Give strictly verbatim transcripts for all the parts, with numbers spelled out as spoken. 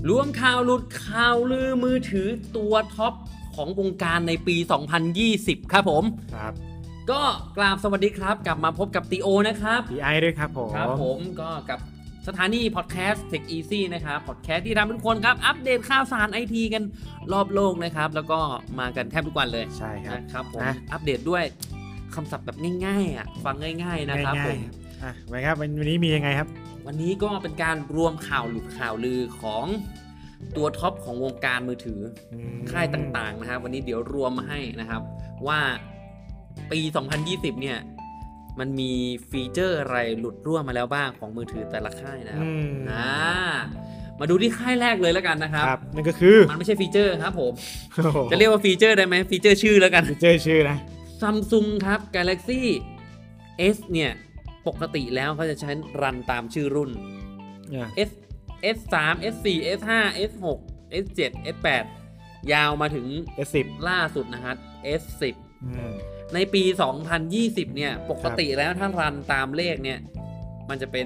รวมข่าวหลุดข่าวลือมือถือตัวท็อปของวงการในปีสองพันยี่สิบครับผมครับก็กราบสวัสดีครับกลับมาพบกับติโอนะครับพี่ไอด้วยครับผมครับผมก็กับสถานีพอดแคสต์ Tech Easy นะครับพอดแคสต์ที่ทำให้ทุกคนครับอัปเดตข่าวสาร ไอ ที กันรอบโลกนะครับแล้วก็มากันแทบทุกวันเลยใช่ครับนะครับผมอัปเดตด้วยคำศัพท์แบบง่ายๆอ่ะฟังง่ายๆนะครับผมอ่ะไงครับวันนี้มียังไงครับวันนี้ก็เป็นการรวมข่าวหลุดข่าวลือของตัวท็อปของวงการมือถือค่ายต่างๆนะครับวันนี้เดี๋ยวรวมมาให้นะครับว่าปีสองพันยี่สิบเนี่ยมันมีฟีเจอร์อะไรหลุดร่วมมาแล้วบ้างของมือถือแต่ละค่ายนะครับอ่ามาดูที่ค่ายแรกเลยแล้วกันนะครับครับนั่นก็คือมันไม่ใช่ฟีเจอร์ครับผมจะเรียกว่าฟีเจอร์ได้ไหมฟีเจอร์ชื่อแล้วกันฟีเจอร์ชื่อนะ Samsung ครับ Galaxy S เนี่ยปกติแล้วเขาจะใช้รันตามชื่อรุ่น S เอส สาม เอส สี่ เอส ห้า เอส หก เอส เจ็ด เอส แปด ยาวมาถึงเอส สิบล่าสุดนะครับ เอส สิบ ในปีสองพันยี่สิบเนี่ยปกติแล้วถ้ารันตามเลขเนี่ยมันจะเป็น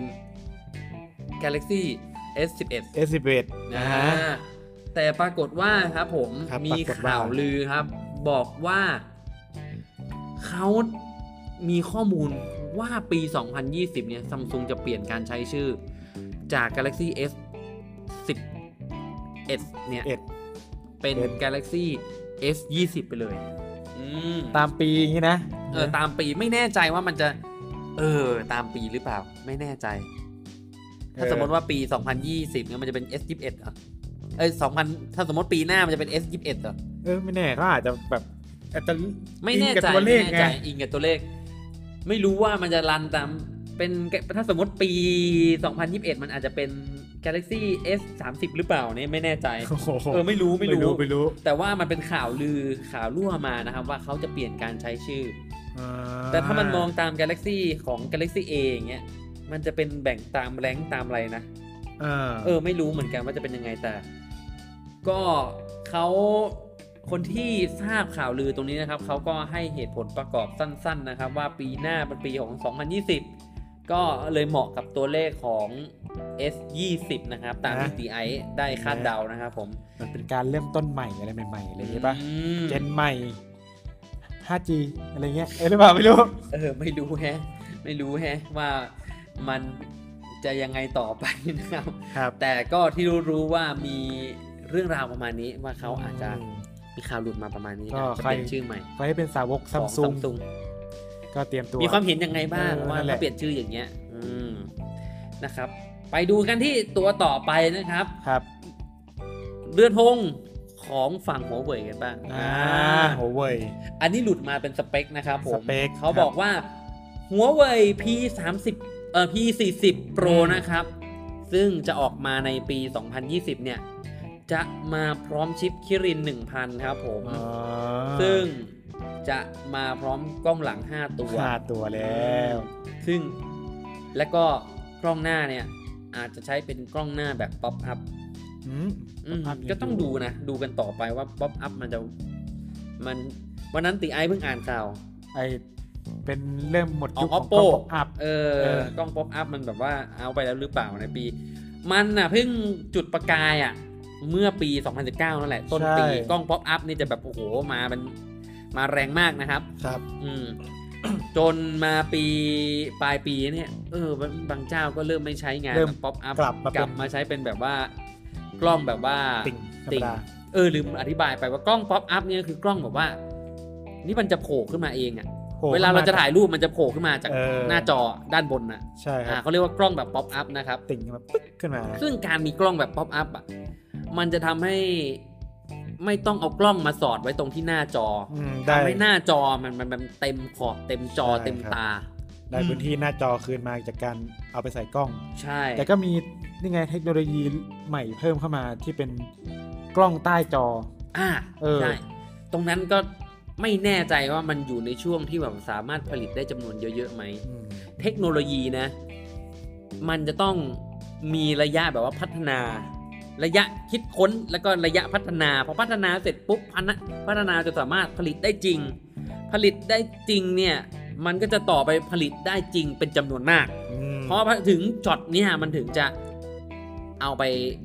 Galaxy เอส สิบเอ็ดเอส สิบเอ็ดนะฮะแต่ปรากฏว่าครับผมมีข่าวลือครับบอกว่าเขามีข้อมูลว่าปีสองพันยี่สิบเนี่ย Samsung จะเปลี่ยนการใช้ชื่อจาก Galaxy S สิบเอ็ด เนี่ยเป็น Galaxy เอส ยี่สิบ ไปเลยตามปีอย่างนี้นะเออตามปีไม่แน่ใจว่ามันจะเออตามปีหรือเปล่าไม่แน่ใจถ้าสมมติว่าปีสองพันยี่สิบเนี่ยมันจะเป็น เอส ยี่สิบเอ็ด อ่ะเอ้ยสองพันถ้าสมมติปีหน้ามันจะเป็น เอส ยี่สิบเอ็ด อ่ะเออไม่แน่ก็อาจจะแบบอาจจะไม่แน่ใจไม่แน่ใจอิงกับตัวเลขไม่รู้ว่ามันจะรันตามเป็นถ้าสมมติปีสองพันยี่สิบเอ็ดมันอาจจะเป็น Galaxy เอส สามสิบ หรือเปล่าเนี่ยไม่แน่ใจเออไม่รู้ไม่รู้ไม่รู้แต่ว่ามันเป็นข่าวลือข่าวรั่วมานะครับว่าเขาจะเปลี่ยนการใช้ชื่อแต่ถ้ามันมองตาม Galaxy ของ Galaxy A อย่างเงี้ยมันจะเป็นแบ่งตามแรงตามอะไรนะเออไม่รู้เหมือนกันว่าจะเป็นยังไงแต่ก็เขาคนที่ทราบข่าวลือตรงนี้นะครับเขาก็ให้เหตุผลประกอบสั้นๆนะครับว่าปีหน้าเป็นปีของสองพันยี่สิบก็เลยเหมาะกับตัวเลขของ เอส ยี่สิบ นะครับตามที่ ดี ไอ ได้คาดเดานะครับผมมันเป็นการเริ่มต้นใหม่อะไรใหม่ๆอะไรอย่างเงี้ยป่ะเจนใหม่ ห้าจี อะไรเงี้ยเออหรือเปล่าไม่รู้เออไม่รู้แฮะไม่รู้แฮะว่ามันจะยังไงต่อไปนะครับแต่ก็ที่รู้ๆว่ามีเรื่องราวประมาณนี้ว่าเขาอาจจะมีข่าวหลุดมาประมาณนี้จะเป็นชื่อใหม่ใครเป็นสาวก Samsung ก็เตรียมตัวมีความเห็นยังไงบ้างว่าเขาเปลี่ยนชื่ออย่างเงี้ยนะครับไปดูกันที่ตัวต่อไปนะครับครับเรือนธงของฝั่งหัวเว่ยกันบ้างอ่าหัวเว่ยอันนี้หลุดมาเป็นสเปคนะครับผมสเปคเขาบอกว่าหัวเว่ย พี สามสิบ เอ่อ พี สี่สิบ Pro นะครับซึ่งจะออกมาในปีสองพันยี่สิบเนี่ยจะมาพร้อมชิปคิริน หนึ่งพัน ครับผมซึ่งจะมาพร้อมกล้องหลังห้าตัวห้าตัวแล้วซึ่งและก็กล้องหน้าเนี่ยอาจจะใช้เป็นกล้องหน้าแบบป๊อปอัพก็ต้องดูนะดูกันต่อไปว่าป๊อปอัพมันจะมันวันนั้นติไอเพิ่งอ่านข่าวไอเป็นเริ่มหมดยุคของ Oppo ป๊อปอัพเออกล้องป๊อปอัพมันแบบว่าเอาไปแล้วหรือเปล่าในปีมันน่ะเพิ่งจุดประกายอ่ะเมื่อปีสองพันสิบเก้านั่นแหละต้นปีกล้องป๊อปอัพนี่จะแบบโอ้โหมาเป็นมาแรงมากนะครับครับอืมจนมาปีปลายปีเนี่ยเออบางเจ้าก็เริ่มไม่ใช้งานป๊อปอัพกลับมาใช้เป็นแบบว่ากล้องแบบว่าติ่งติ่งเออลืมอธิบายไปว่ากล้องป๊อปอัพเนี่ยคือกล้องแบบว่านี่มันจะโผล่ขึ้นมาเองอ่ะเวลาเราจะถ่ายรูปมันจะโผล่ขึ้นมาจากหน้าจอด้านบนน่ะใช่ครับเขาเรียกว่ากล้องแบบป๊อปอัพนะครับติ่งมาปึ๊กขึ้นมาซึ่งการมีกล้องแบบป๊อปอัพอ่ะมันจะทำให้ไม่ต้องเอากล้องมาสอดไว้ตรงที่หน้าจอทำให้หน้าจอมันมันเต็มขอบเต็มจอเต็มตาได้พื้นที่หน้าจอคืนมาจากการเอาไปใส่กล้องใช่แต่ก็มีนี่ไงเทคโนโลยีใหม่เพิ่มเข้ามาที่เป็นกล้องใต้จออ่าใช่ตรงนั้นก็ไม่แน่ใจว่ามันอยู่ในช่วงที่แบบสามารถผลิตได้จำนวนเยอะๆไหมเทคโนโลยีนะมันจะต้องมีระยะแบบว่าพัฒนาระยะคิดค้นแล้วก็ระยะพัฒนาพอพัฒนาเสร็จปุ๊บพัฒนาจะสามารถผลิตได้จริงผลิตได้จริงเนี่ยมันก็จะต่อไปผลิตได้จริงเป็นจำนวนมากพอถึงช็อตนี้มันถึงจะเอาไป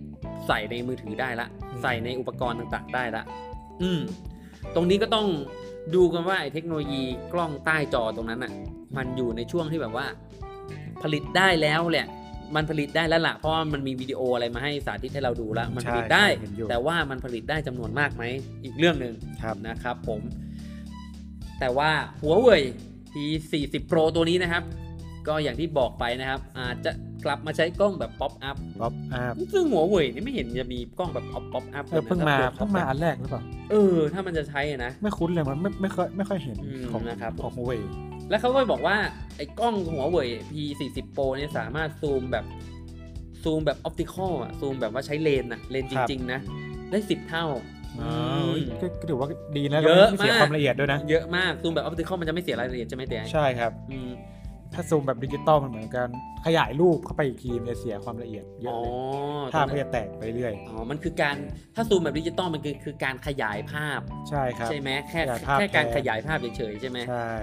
ใส่ในมือถือได้ละใส่ในอุปกรณ์ต่างๆได้ละอืมตรงนี้ก็ต้องดูกันว่าไอ้เทคโนโลยีกล้องใต้จอตรงนั้นอ่ะมันอยู่ในช่วงที่แบบว่าผลิตได้แล้วแหละมันผลิตได้แล้วล่ะเพราะมันมีวิดีโออะไรมาให้สาธิตให้เราดูแล้วมันผลิตได้แต่ว่ามันผลิตได้จำนวนมากไหมอีกเรื่องนึงนะครับผมแต่ว่าหัวเว่ย พี สี่สิบ Pro ตัวนี้นะครับก็อย่างที่บอกไปนะครับอาจจะกลับมาใช้กล้องแบบป๊อปอัพป๊อปอัพซึ่งหัวเว่ยนี่ไม่เห็นจะมีกล้องแบบป๊อปอัพเพิ่งมาเพิ่งมาอันแรกหรือเปล่าเออถ้ามันจะใช้นะไม่คุ้นเลยมันไม่ไม่ค่อยไม่ค่อยเห็นของนะครับของหัวเว่ยแล้วเขาก็บอกว่าไอ้กล้องหัวเว่ย พี สี่สิบ Pro เนี่ยสามารถซูมแบบซูมแบบออปติคอลอ่ะซูมแบบว่าใช้เลนส์อ่ะเลนส์จริงๆนะได้สิบเท่าอ๋อก็ถือว่าดีนะเยอะมากเสียความละเอียดด้วยนะเยอะมากซูมแบบออปติคอลมันจะไม่เสียรายละเอียดใช่ไหมเต้ใช่ครับถ้าซูมแบบดิจิตอลมันเหมือนกันขยายรูปเข้าไปอีกทีมันจะเสียความละเอียดเยอะเลยภาพมันจะแตกไปเรื่อยอ๋อมันคือการถ้าซูมแบบดิจิตอลมันคือคือการขยายภาพใช่ครับใช่ไหมแค่แค่การขยายภาพเฉยๆใช่ไหมใช่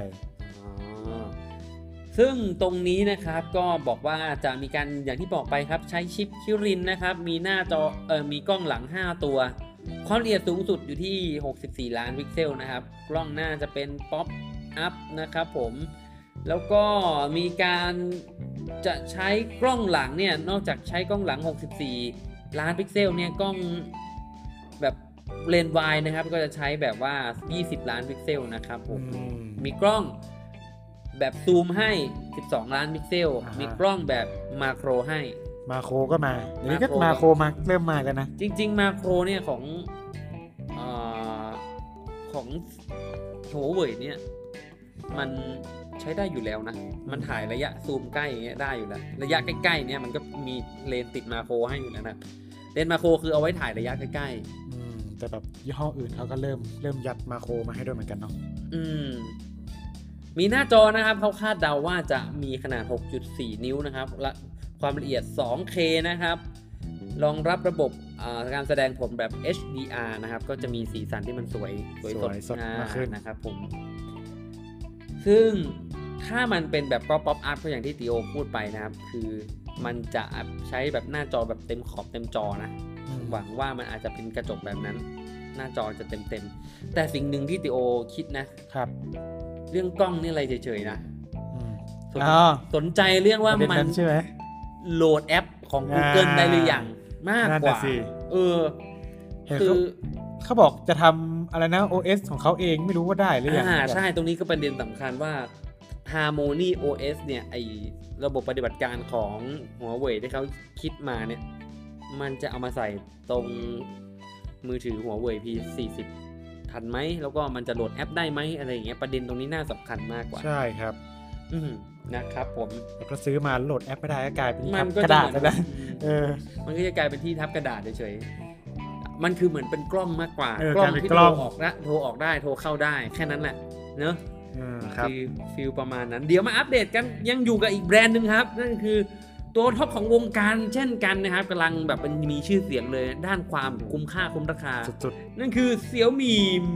ซึ่งตรงนี้นะครับก็บอกว่าจะมีการอย่างที่บอกไปครับใช้ชิปคิรินนะครับมีหน้าจอเอ่อมีกล้องหลังห้าตัวความละเอียดสูงสุดอยู่ที่หกสิบสี่ล้านพิกเซลนะครับกล้องหน้าจะเป็นป๊อปอัพนะครับผมแล้วก็มีการจะใช้กล้องหลังเนี่ยนอกจากใช้กล้องหลังหกสิบสี่ล้านพิกเซลเนี่ยกล้องแบบเลนส์วายนะครับก็จะใช้แบบว่ายี่สิบล้านพิกเซลนะครับผมมีกล้องแบบซูมให้สิบสองล้านพิกเซลมีกล้องแบบมาโครให้มาโครก็มาเดี๋ยวนี้ก็มาโครมาเริ่มมากันนะจริงๆมาโครเนี่ยของอ่าของหัวเว่ยเนี่ยมันใช้ได้อยู่แล้วนะมันถ่ายระยะซูมใกล้อย่างเงี้ยได้อยู่แล้วระยะใกล้ๆเนี่ยมันก็มีเลนส์ติดมาโครให้อยู่แล้วนะเลนส์มาโครคือเอาไว้ถ่ายระยะใกล้ๆอืมแต่แบบยี่ห้ออื่นเขาก็เริ่มเริ่มยัดมาโครมาให้ด้วยเหมือนกันเนาะอืมมีหน้าจอนะครับเขาคาดเดาว่าจะมีขนาด หกจุดสี่ นิ้วนะครับและความละเอียด สองเค นะครับรองรับระบบการแสดงผลแบบ เอช ดี อาร์ นะครับก็จะมีสีสันที่มันสวยสวยสดมากขึ้นนะครับผมซึ่งถ้ามันเป็นแบบป๊อปอัพก็อย่างที่ติโอพูดไปนะครับคือมันจะใช้แบบหน้าจอแบบเต็มขอบเต็มจอนะหวังว่ามันอาจจะเป็นกระจกแบบนั้นหน้าจอจะเต็มๆแต่สิ่งหนึ่งที่ติโอคิดนะครับเรื่องกล้องนี่อะไรเฉยๆนะสนใจเรื่องว่ามันโหลดแอปของ Google ได้หรือยังมากกว่าเออคือเขาบอกจะทำอะไรนะ โอ เอส ของเขาเองไม่รู้ว่าได้หรือยังอ่าใช่ตรงนี้ก็ประเด็นสำคัญว่า Harmony โอ เอส เนี่ยไอระบบปฏิบัติการของหัวเว่ยที่เขาคิดมาเนี่ยมันจะเอามาใส่ตรงมือถือหัวเว่ย พี สี่สิบ ทันไหมแล้วก็มันจะโหลดแอปได้ไหมอะไรอย่างเงี้ยประเด็นตรงนี้น่าสำคัญมากกว่าใช่ครับอืมนะครับผมแล้วก็ซื้อมาโหลดแอปไม่ได้ก็กลายเป็นทับกระดาษไปแล้วเออมันก็จะกลายเป็นที่ทับกระดาษเฉยๆมันคือเหมือนเป็นกล้องมากกว่ากล้องที่โทรออกนะโทรออกได้โทรเข้าได้แค่นั้นแหละเนอะคือฟีลประมาณนั้นเดี๋ยวมาอัปเดตกันยังอยู่กับอีกแบรนด์นึงครับนั่นคือตัวท็อปของวงการเช่นกันนะครับกำลังแบบมีชื่อเสียงเลยด้านความคุ้มค่าคุ้มราคาสุดๆนั่นคือ Xiaomi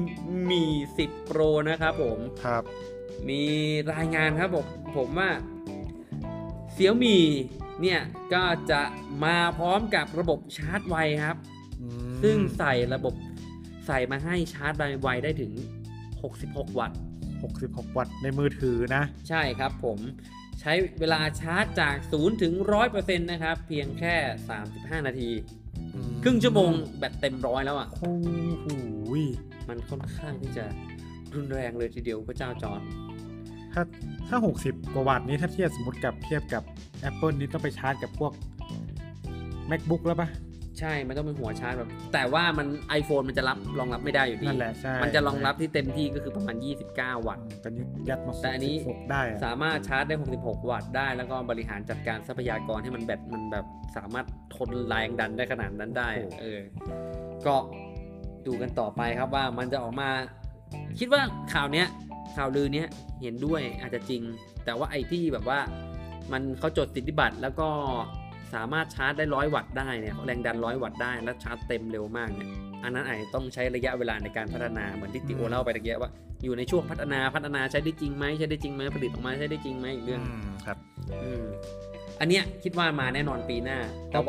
Mi สิบ Pro นะครับผมครับมีรายงานครับผมผมว่า Xiaomi เนี่ยก็จะมาพร้อมกับระบบชาร์จไวครับซึ่งใส่ระบบใส่มาให้ชาร์จไวได้ถึงหกสิบหกวัตต์หกสิบหกวัตต์ในมือถือนะใช่ครับผมใช้เวลาชาร์จจากศูนย์ถึง หนึ่งร้อยเปอร์เซ็นต์ นะครับเพียงแค่สามสิบห้านาทีครึ่งชั่วโมงแบตเต็มร้อยแล้วอ่ะโอ้โหมันค่อนข้างที่จะรุนแรงเลยทีเดียวพระเจ้าจอร์จถ้าถ้าหกสิบกว่าวัตต์นี้ถ้าเทียบสมมติกับเทียบกับ Apple นี่ต้องไปชาร์จกับพวก MacBook แล้วป่ะใช่มันต้องเป็นหัวชาร์จแบบแต่ว่ามัน iPhone มันจะรับรองรับไม่ได้อยู่ดีนั่นแหละใช่มันจะรองรับที่เต็มที่ก็คือประมาณยี่สิบเก้าวัตต์แต่นี้ยัดมาแต่อันนี้ได้สามารถชาร์จได้หกสิบหกวัตต์ได้แล้วก็บริหารจัดการทรัพยากรให้มันแบตมันแบบสามารถทนแรงดันได้ขนาดนั้นได้เออก็ดูกันต่อไปครับว่ามันจะออกมาคิดว่าข่าวเนี้ยข่าวลือเนี้ยเห็นด้วยอาจจะจริงแต่ว่าไอ้ที่แบบว่ามันเขาจดสิทธิบัตรแล้วก็สามารถชาร์จได้ร้อยวัตต์ได้เนี่ยแรงดันร้อยวัตต์ได้แล้วชาร์จเต็มเร็วมากเนี่ยอันนั้นอาจจะต้องใช้ระยะเวลาในการพัฒนาเหมือนที่ติโอเล่าไปตะเกียบว่าอยู่ในช่วงพัฒนาพัฒนาใช้ได้จริงไหมใช้ได้จริงไหมผลิตออกมาใช้ได้จริงไหมอีกเรื่องครับอืมอันเนี้ยคิดว่ามาแน่นอนปีหน้าแต่ว่า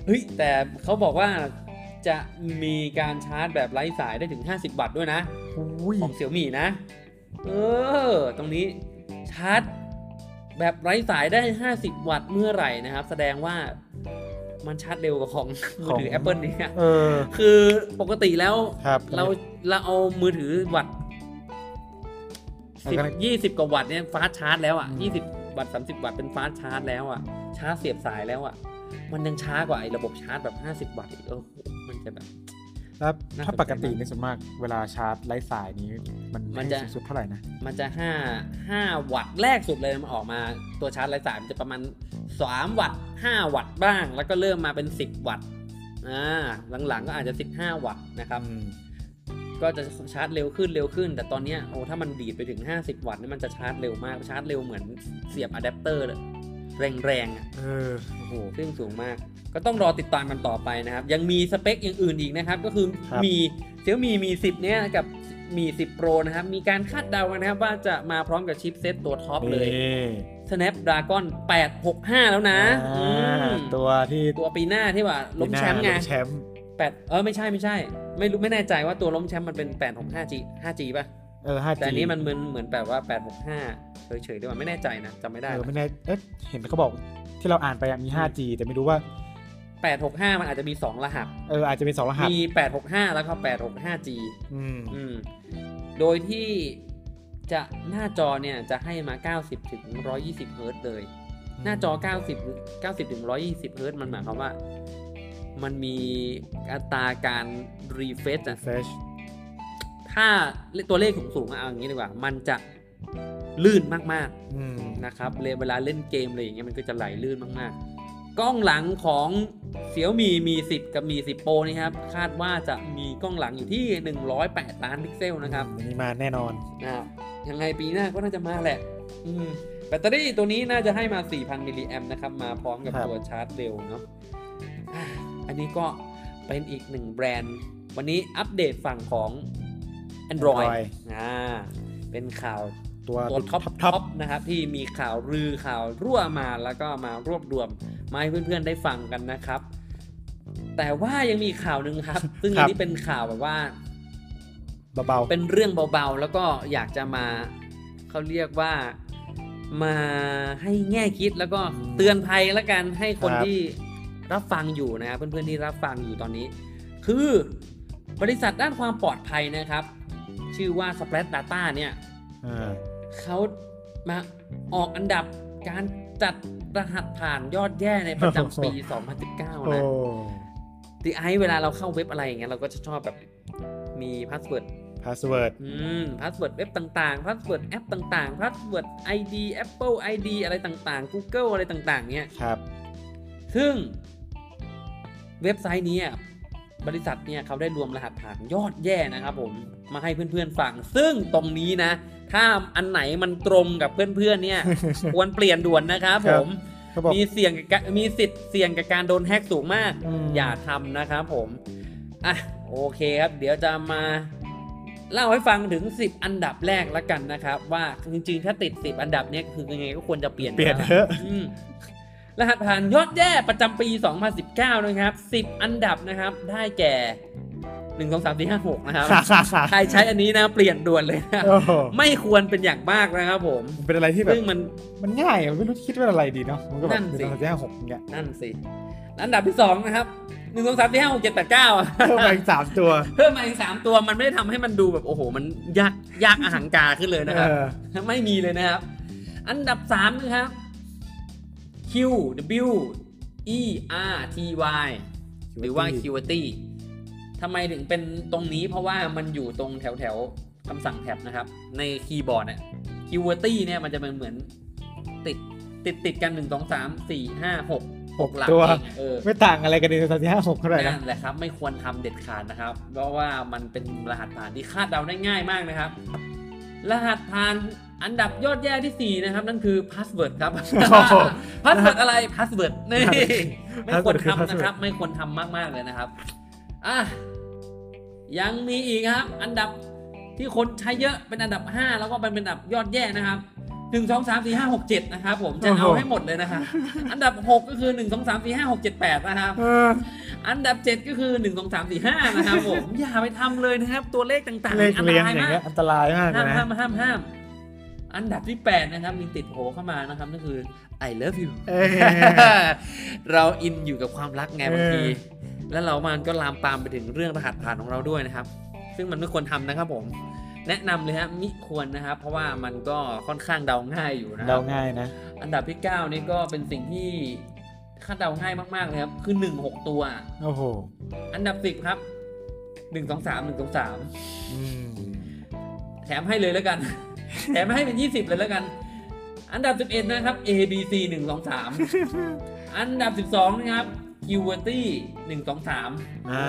เฮ้ยแต่เขาบอกว่าจะมีการชาร์จแบบไร้สายได้ถึงห้าสิบวัตต์ด้วยนะของ Xiaomi นะเออตรงนี้ชาร์จแบบไร้สายได้ห้าสิบวัตต์เมื่อไหร่นะครับแสดงว่ามันชาร์จเร็วกว่าของมือถือ Apple นี่เออคือปกติแล้วเราเราเอามือถือวัตต์สิบ ยี่สิบกว่าวัตต์เนี่ยฟาสต์ชาร์จแล้วอ่ะยี่สิบวัตต์สามสิบวัตต์เป็นฟาสต์ชาร์จแล้วอ่ะชาร์จเสียบสายแล้วอ่ะมันยังช้ากว่าไอ้ระบบชาร์จแบบห้าสิบวัตต์อีกเออมันจะแบบแล้วถ้าปกติในส่วนมากเวลาชาร์จไร้สายนี้มันมันจะสุดเท่าไหร่นะมันจะห้า ห้าวัตต์แรกสุดเลยมันออกมาตัวชาร์จไร้สายมันจะประมาณสามวัตต์ห้าวัตต์บ้างแล้วก็เริ่มมาเป็นสิบวัตต์อ่าหลังๆก็อาจจะสิบห้าวัตต์นะครับก็จะชาร์จเร็วขึ้นเร็วขึ้นแต่ตอนนี้โอ้ถ้ามันดีดไปถึงห้าสิบวัตต์นี่มันจะชาร์จเร็วมากชาร์จเร็วเหมือนเสียบอะแดปเตอร์เลยแรงๆอ่ะเออโอ้โหซึ่งสูงมากก็ต้องรอติดตามมันต่อไปนะครับยังมีสเปคอย่างอื่นอีกนะครับก็คือมี Xiaomi มีสิบเนี่ยกับมีสิบ Pro นะครับมีการคาดเดากันนะครับว่าจะมาพร้อมกับชิปเซตตัวท็อปเลย Snapdragon แปดหกห้าแล้วนะตัวที่ตัวปีหน้าที่ว่าล้มแชมป์ไงแปดเออไม่ใช่ไม่ใช่ไม่รู้ไม่แน่ใจว่าตัวล้มแชมป์มันเป็นแปดหกห้า G ห้า G ป่ะเออ ห้า จีแต่อันนี้มันเหมือนเหมือนแบบว่าแปดหกห้าเฉยๆด้วยไม่แน่ใจนะจำไม่ได้เออไม่แน่เอ๊ะเห็นเขาบอกที่เราอ่านไปมี ห้า จี แต่ไม่รู้ว่าแปดหกห้ามันอาจจะมีสองรหัสเอออาจจะมีสองรหัสมีแปดหกห้าแล้วก็แปดหกห้า จี อืมอืมโดยที่จะหน้าจอเนี่ยจะให้มาเก้าสิบถึงหนึ่งร้อยยี่สิบเฮิร์ตซ์เลยหน้าจอเก้าสิบ เก้าสิบถึงหนึ่งร้อยยี่สิบเฮิร์ตซ์มันหมายความว่ามันมีอัตราการรีเฟรชอะถ้าตัวเลขสูงๆเอาอย่างนี้ดีกว่ามันจะลื่นมากๆนะครับเวลาเล่นเกมอะไรอย่างเงี้ยมันก็จะไหลลื่นมากๆกล้องหลังของ Xiaomi มีสิบกับมีสิบ Pro นี่ครับคาดว่าจะมีกล้องหลังอยู่ที่หนึ่งร้อยแปดล้านพิกเซลนะครับมีมาแน่นอนนะยังไงปีหน้าก็น่าจะมาแหละแบตเตอรี่ตัวนี้น่าจะให้มา สี่พัน มิลลิแอมป์นะครับมาพร้อมกับตัวชาร์จเร็วเนาะอันนี้ก็เป็นอีกหนึ่งแบรนด์วันนี้อัปเดตฝั่งของ Android อ่าเป็นข่าวตัวตัวท็อปท็อปนะครับที่มีข่าวลือข่าวรั่วมาแล้วก็มารวบรวมมาให้เพื่อนๆได้ฟังกันนะครับแต่ว่ายังมีข่าวนึงครับซึ่งอันนี้เป็นข่าวแบบว่าเบาๆเป็นเรื่องเบาๆแล้วก็อยากจะมาเขาเรียกว่ามาให้แง่คิดแล้วก็เตือนภัยแล้วกันให้คนที่รับฟังอยู่นะครับเพื่อนๆที่รับฟังอยู่ตอนนี้คือบริษัทด้านความปลอดภัยนะครับชื่อว่า Splash Data เนี่ยเขามาออกอันดับการจัดรหัสผ่านยอดแย่ในประจำปี สองพันสิบเก้า นะที่ไอเวลาเราเข้าเว็บอะไรอย่างเงี้ยเราก็จะชอบแบบมีพาสเวิร์ดพาสเวิร์ดอืมพาสเวิร์ดเว็บต่างๆพาสเวิร์ดแอปต่างๆพาสเวิร์ด ไอ ดี Apple ไอ ดี อะไรต่างๆ Google อะไรต่างๆเนี่ยครับซึ่งเว็บไซต์นี้บริษัทเนี่ยเขาได้รวมรหัสผ่านยอดแย่นะครับผมมาให้เพื่อนๆฟังซึ่งตรงนี้นะถ้าอันไหนมันตรงกับเพื่อนๆเนี่ยควรเปลี่ยนด่วนนะครับผมมีเสี่ยงมีสิทธิ์เสี่ยงกับการโดนแฮกสูงมากอย่าทำนะครับผมอ่ะโอเคครับเดี๋ยวจะมาเล่าให้ฟังถึงสิบอันดับแรกแล้วกันนะครับว่าจริงๆถ้าติดสิบอันดับเนี่ยคือยังไงก็ควรจะเปลี่ยนเปลี่ยนเถอะรหัสผ่านยอดแย่ประจำปีสองพันสิบเก้านะครับสิบอันดับนะครับได้แก่หนึ่ง สอง สาม สี่ ห้า หกนะครับใครใช้อันนี้นะเปลี่ยนด่วนเลยนะไม่ควรเป็นอย่างมากนะครับผมเป็นอะไรที่แบบซึ่งมันมันง่ายไม่รู้คิดว่าอะไรดีเนาะมันก็แบบหนึ่ง สอง สาม สี่ ห้า หกเงี้ยนั่นสิอันดับที่สองนะครับหนึ่ง สอง สาม สี่ ห้า หก เจ็ด แปด เก้าเพิ่มมาอีกสามตัวเพิ่มมาอีกสามตัวมันไม่ได้ทำให้มันดูแบบโอ้โหมันยากยากอหังการขึ้นเลยนะครับไม่มีเลยนะครับอันดับสามนะครับ Q W E R T Y หรือว่า Qwerty ทำไมถึงเป็นตรงนี้เพราะว่ามันอยู่ตรงแถวแถวคำสั่งแท็บนะครับในคีย์บอร์ดเนี่ย Qwerty เนี่ยมันจะเป็นเหมือนติดติดติดกันหนึ่ง สอง สาม สี่ ห้า หก หกหลักเองเออไม่ต่างอะไรกันเลยสาม สี่ ห้า หกเท่าไหร่นั่นแหละครับไม่ควรทำเด็ดขาดนะครับเพราะว่ามันเป็นรหัสผ่านที่คาดเดาได้ง่ายมากนะครับรหัสผ่านอันดับยอดแย่ที่สี่นะครับนั่นคือพาสเวิร์ดครับพาสเวิร์ดอะไรพาสเวิร์ดนี่ไม่ควรทำนะครับไม่ควรทำมากๆเลยนะครับอ่ะยังมีอีกครับอันดับที่คนใช้เยอะเป็นอันดับห้าแล้วก็เป็นอันดับยอดแย่นะครับหนึ่ง สอง สาม สี่ ห้า หก เจ็ดนะครับผมจะเอาให้หมดเลยนะครับอันดับหกก็คือหนึ่ง สอง สาม สี่ ห้า หก เจ็ด แปดนะครับอันดับเจ็ดก็คือหนึ่ง สอง สาม สี่ ห้านะครับผมอย่าไปทำเลยนะครับตัวเลขต่างๆอันตรายมากอันตรายมากนะห้ามห้ามห้ามอันดับที่แปดนะครับมีติดโผล่เข้ามานะครับนั่นคือ I love you เราอินอยู่กับความรักไงบางทีแล้วเรามันก็ลามปามไปถึงเรื่องรหัสผ่านของเราด้วยนะครับซึ่งมันไม่ควรทำนะครับผมแนะนำเลยครับมิควรนะครับเพราะว่ามันก็ค่อนข้างเดาง่ายอยู่นะเดาง่ายนะอันดับที่เก้านี่ก็เป็นสิ่งที่คาดเดาง่ายมากๆเลยครับคือหนึ่ง หกตัวโอ้โหอันดับสิบครับหนึ่ง สอง สาม หนึ่ง สอง สามอืมแถมให้เลยแล้วกันแถมให้เป็นยี่สิบเลยแล้วกันอันดับสิบเอ็ดนะครับ A B C หนึ่ง สอง สามอันดับสิบสองนะครับ QWERTY หนึ่ง สอง สามอ่า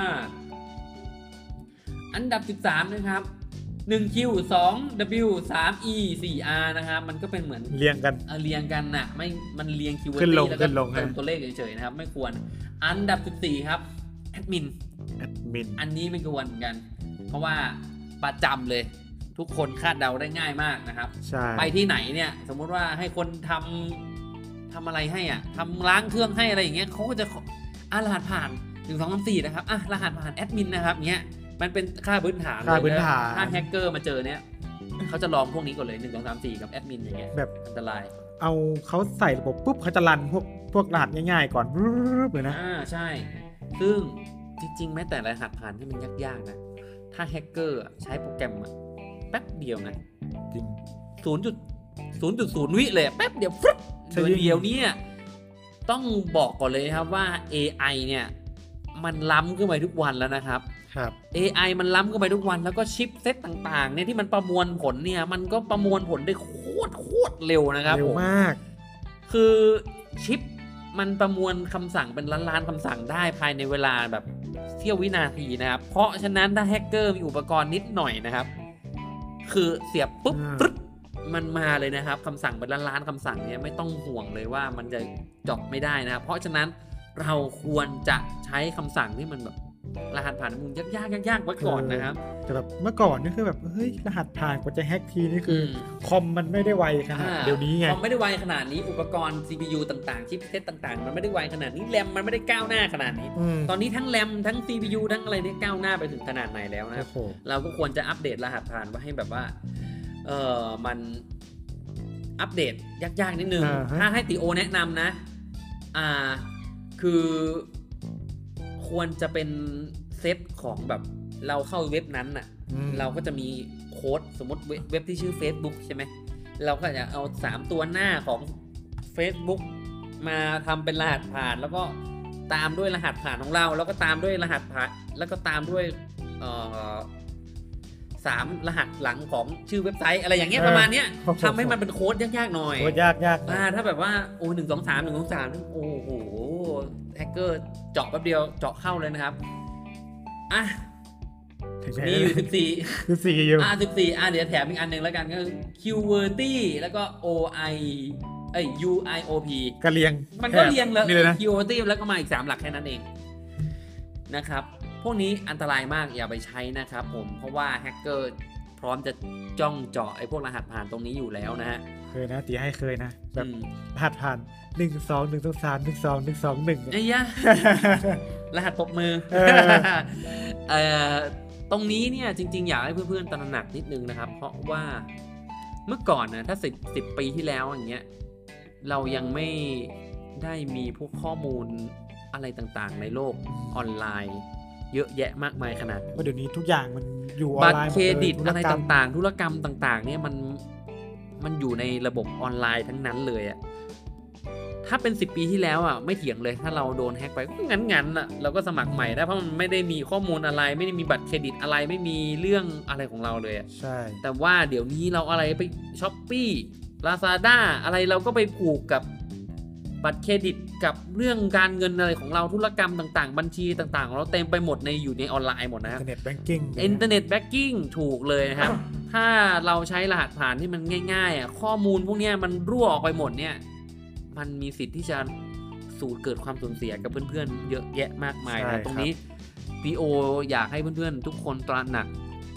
อันดับสิบสามนะครับหนึ่ง Q สอง W สาม E สี่ R นะครับมันก็เป็นเหมือนเรียงกันเออเรียงกันน่ะไม่มันเรียง QWERTY แล้วก็เป็นตัวเลขเฉยๆนะครับไม่ควรอันดับสิบสี่ครับ Admin Admin อันนี้ไม่ควรเหมือนกันเพราะว่าประจำเลยทุกคนคาดเดาได้ง่ายมากนะครับไปที่ไหนเนี่ยสมมติว่าให้คนทำทำอะไรให้อ่ะทำล้างเครื่องให้อะไรอย่างเงี้ยเขาก็จะอ่ารหัสผ่านหนึ่ง สอง สาม สี่นะครับอ่ะรหัสผ่านแอดมินนะครับเงี้ยมันเป็นค่าพื้นฐานค่าพื้นฐานถ้าแฮกเกอร์มาเจอเนี้ยเขาจะลองพวกนี้ก่อนเลยหนึ่ง สอง สาม สี่กับแอดมินอย่างเงี้ยแบบอันตรายเอาเขาใส่ระบบปุ๊บเขาจะรันพวกพวกรหัสง่ายๆก่อนปึ๊บเลยนะอ่าใช่ซึ่งจริงๆแม้แต่รหัสผ่านที่มันยากๆนะถ้าแฮกเกอร์ใช้โปรแกรมแป๊บเดียวนะจริงศูนย์จุดศูนย์จุดศูนย์ วิเลยแป๊บเดียวฟึ๊บเดียวนี้ต้องบอกก่อนเลยครับว่า เอ ไอ เนี่ยมันล้ำขึ้นไปทุกวันแล้วนะครับครับเอ ไอ มันล้ำขึ้นไปทุกวันแล้วก็ชิปเซตต่างๆเนี่ยที่มันประมวลผลเนี่ยมันก็ประมวลผลได้โคตรโคตรเร็วนะครับเร็วมากคือชิปมันประมวลคำสั่งเป็นล้านๆคำสั่งได้ภายในเวลาแบบเสี้ยววินาทีนะครับเพราะฉะนั้นถ้าแฮกเกอร์มีอุปกรณ์นิดหน่อยนะครับคือเสียบปุ๊บปึ๊บมันมาเลยนะครับคำสั่งเป็นล้านๆคำสั่งเนี่ยไม่ต้องห่วงเลยว่ามันจะเจาะไม่ได้นะเพราะฉะนั้นเราควรจะใช้คำสั่งที่มันแบบรหัสผ่านมึงยากๆยากๆไว้ก่อนนะครับแต่แบบเมื่อก่อนนี่คือแบบเฮ้ยรหัสผ่านกว่าจะแฮกทีนี่คือคอมมันไม่ได้ไวขนาดเดี๋ยวนี้ไงคอมไม่ได้ไวขนาดนี้อุปกรณ์ ซี พี ยู ต่างๆชิปเซตต่างๆมันไม่ได้ไวขนาดนี้แรมมันไม่ได้ก้าวหน้าขนาดนี้ตอนนี้ทั้งแรมทั้ง ซี พี ยู ทั้งอะไรเนี่ยก้าวหน้าไปถึงขนาดไหนแล้วนะครับเราก็ควรจะอัปเดตรหัสผ่านไว้ให้แบบว่าเออมันอัปเดตยากๆนิดนึงถ้าให้ติโอแนะนำนะอ่าคือควรจะเป็นเซตของแบบเราเข้าเว็บนั้นน่ะเราก็จะมีโค้ดสมมติเว็บที่ชื่อ Facebook ใช่ไหมเราก็จะเอาสามตัวหน้าของ Facebook มาทำเป็นรหัสผ่านแล้วก็ตามด้วยรหัสผ่านของเราแล้วก็ตามด้วยรหัสผ่านแล้วก็ตามด้วยเอ่อสามรหัสหลังของชื่อเว็บไซต์อะไรอย่างเงี้ยประมาณเนี้ยทำให้มันเป็นโค้ดยากๆหน่อยโค้ดยากๆอ่าถ้าแบบว่าโอ้หนึ่งสองสามหนึ่งสองสามโอ้โหแฮกเกอร์เจาะแป๊บเดียวเจาะเข้าเลยนะครับอ่ะมีอยู่สิบสี่สิบสี่อยู่อ่ะสิบสี่อ่ะเดี๋ยวแถมอีกอันนึงแล้วกันก็คือ QWERTY แล้วก็ O I เอ้ย U I O P ก็เรียงมันก็เรียงแล้ว QWERTY แล้วก็มาอีกสามหลักแค่นั้นเองนะครับพวกนี้อันตรายมากอย่าไปใช้นะครับผมเพราะว่าแฮกเกอร์พร้อมจะจ้องเจาะไอ้พวกรหัสผ่านตรงนี้อยู่แล้วนะฮะเคยนะตีให้เคยนะแบบรหัสผ่านหนึ่ง สอง หนึ่ง สอง สาม หนึ่ง สอง หนึ่ง สอง หนึ่งไอ้ยะรหัสปรบมือเอ่อตรงนี้เนี่ยจริงๆอยากให้เพื่อนๆตระหนักนิดนึงนะครับเพราะว่าเมื่อก่อนนะถ้าสิบ สิบปีที่แล้วอย่างเงี้ยเรายังไม่ได้มีพวกข้อมูลอะไรต่างๆในโลกออนไลน์เยอะแยะมากมายขนาดว่าเดี๋ยวนี้ทุกอย่างมันอยู่ออนไลน์บัตรเครดิตอะไรต่างๆธุรกรรมต่างๆเนี่ยมันมันอยู่ในระบบออนไลน์ทั้งนั้นเลยอ่ะถ้าเป็นสิบปีที่แล้วอ่ะไม่เถียงเลยถ้าเราโดนแฮกไปก็งั้นๆอ่ะเราก็สมัครใหม่ได้เพราะมันไม่ได้มีข้อมูลอะไรไม่ได้มีบัตรเครดิตอะไรไม่มีเรื่องอะไรของเราเลยอ่ะใช่แต่ว่าเดี๋ยวนี้เราอะไรไป Shopee Lazada อะไรเราก็ไปผูกกับบัตรเครดิตกับเรื่องการเงินอะไรของเราธุรกรรมต่างๆบัญชีต่างๆของเราเต็มไปหมดในอยู่ในออนไลน์หมดนะครับ Internet Banking Internet Banking ถูกเลยนะครับ ถ้าเราใช้รหัสผ่านที่มันง่ายๆอ่ะข้อมูลพวกนี้มันรั่วออกไปหมดเนี่ยมันมีสิทธิ์ที่จะสูญเกิดความสูญเสียกับเพื่อนๆเยอะแยะมากมายนะตรงนี้ พี โอ อยากให้เพื่อนๆทุกคนตระหนักภ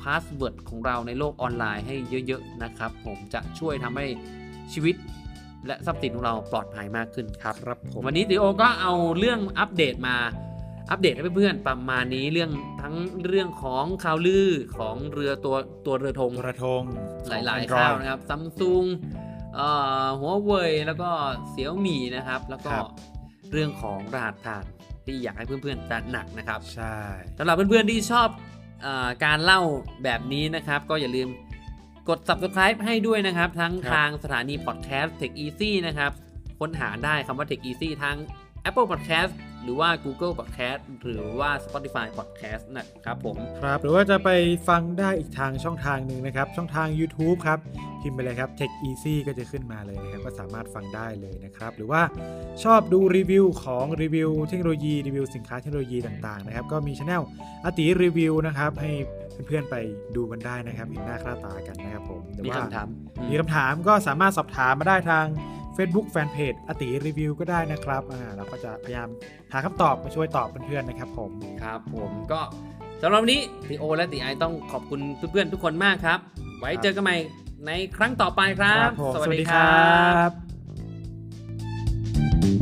าสเวิร์ดของเราในโลกออนไลน์ให้เยอะๆนะครับผมจะช่วยทำให้ชีวิตและทรัพย์สินของเราปลอดภัยมากขึ้นครับครับผมวันนี้ติโอก็เอาเรื่องอัปเดตมาอัปเดตให้เพื่อนๆประมาณนี้เรื่องทั้งเรื่องของข่าวลือของเรือตัวตัวเรือธงเรือธงหลายๆข่าวนะครับ Samsung เอ่อ Huawei แล้วก็ Xiaomi นะครับแล้วก็เรื่องของรหัสผ่านที่อยากให้เพื่อนๆจะหนักนะครับใช่สำหรับเพื่อนๆที่ชอบเอ่อการเล่าแบบนี้นะครับก็อย่าลืมกด Subscribe ให้ด้วยนะครับทั้งทางสถานี Podcast Tech Easy นะครับค้นหาได้คำว่า Tech Easy ทั้ง Apple Podcast หรือว่า Google Podcast หรือว่า Spotify Podcast นะครับผมครับหรือว่าจะไปฟังได้อีกทางช่องทางหนึ่งนะครับช่องทาง YouTube ครับพิมพ์ไปเลยครับ Tech Easy ก็จะขึ้นมาเลยนะครับก็สามารถฟังได้เลยนะครับหรือว่าชอบดูรีวิวของรีวิวเทคโนโลยีรีวิวสินค้าเทคโนโลยีต่างๆนะครับก็มี Channel อาติรีวิวนะครับให้เพื่อนๆไปดูกันได้นะครับเห็นหน้าค่าตากันนะครับผมมีคำถามมีคำถามก็สามารถสอบถามมาได้ทางFacebook Fanpage อาติรีวิวก็ได้นะครับอ่าเราก็จะพยายามหาคำตอบมาช่วยตอบเพื่อนๆนะครับผมครับผมก็สำหรับวันนี้ติโอและติไอต้องขอบคุณเพื่อนๆทุกคนมากครับไว้เจอกันใหม่ในครั้งต่อไปครับสวัสดีครับ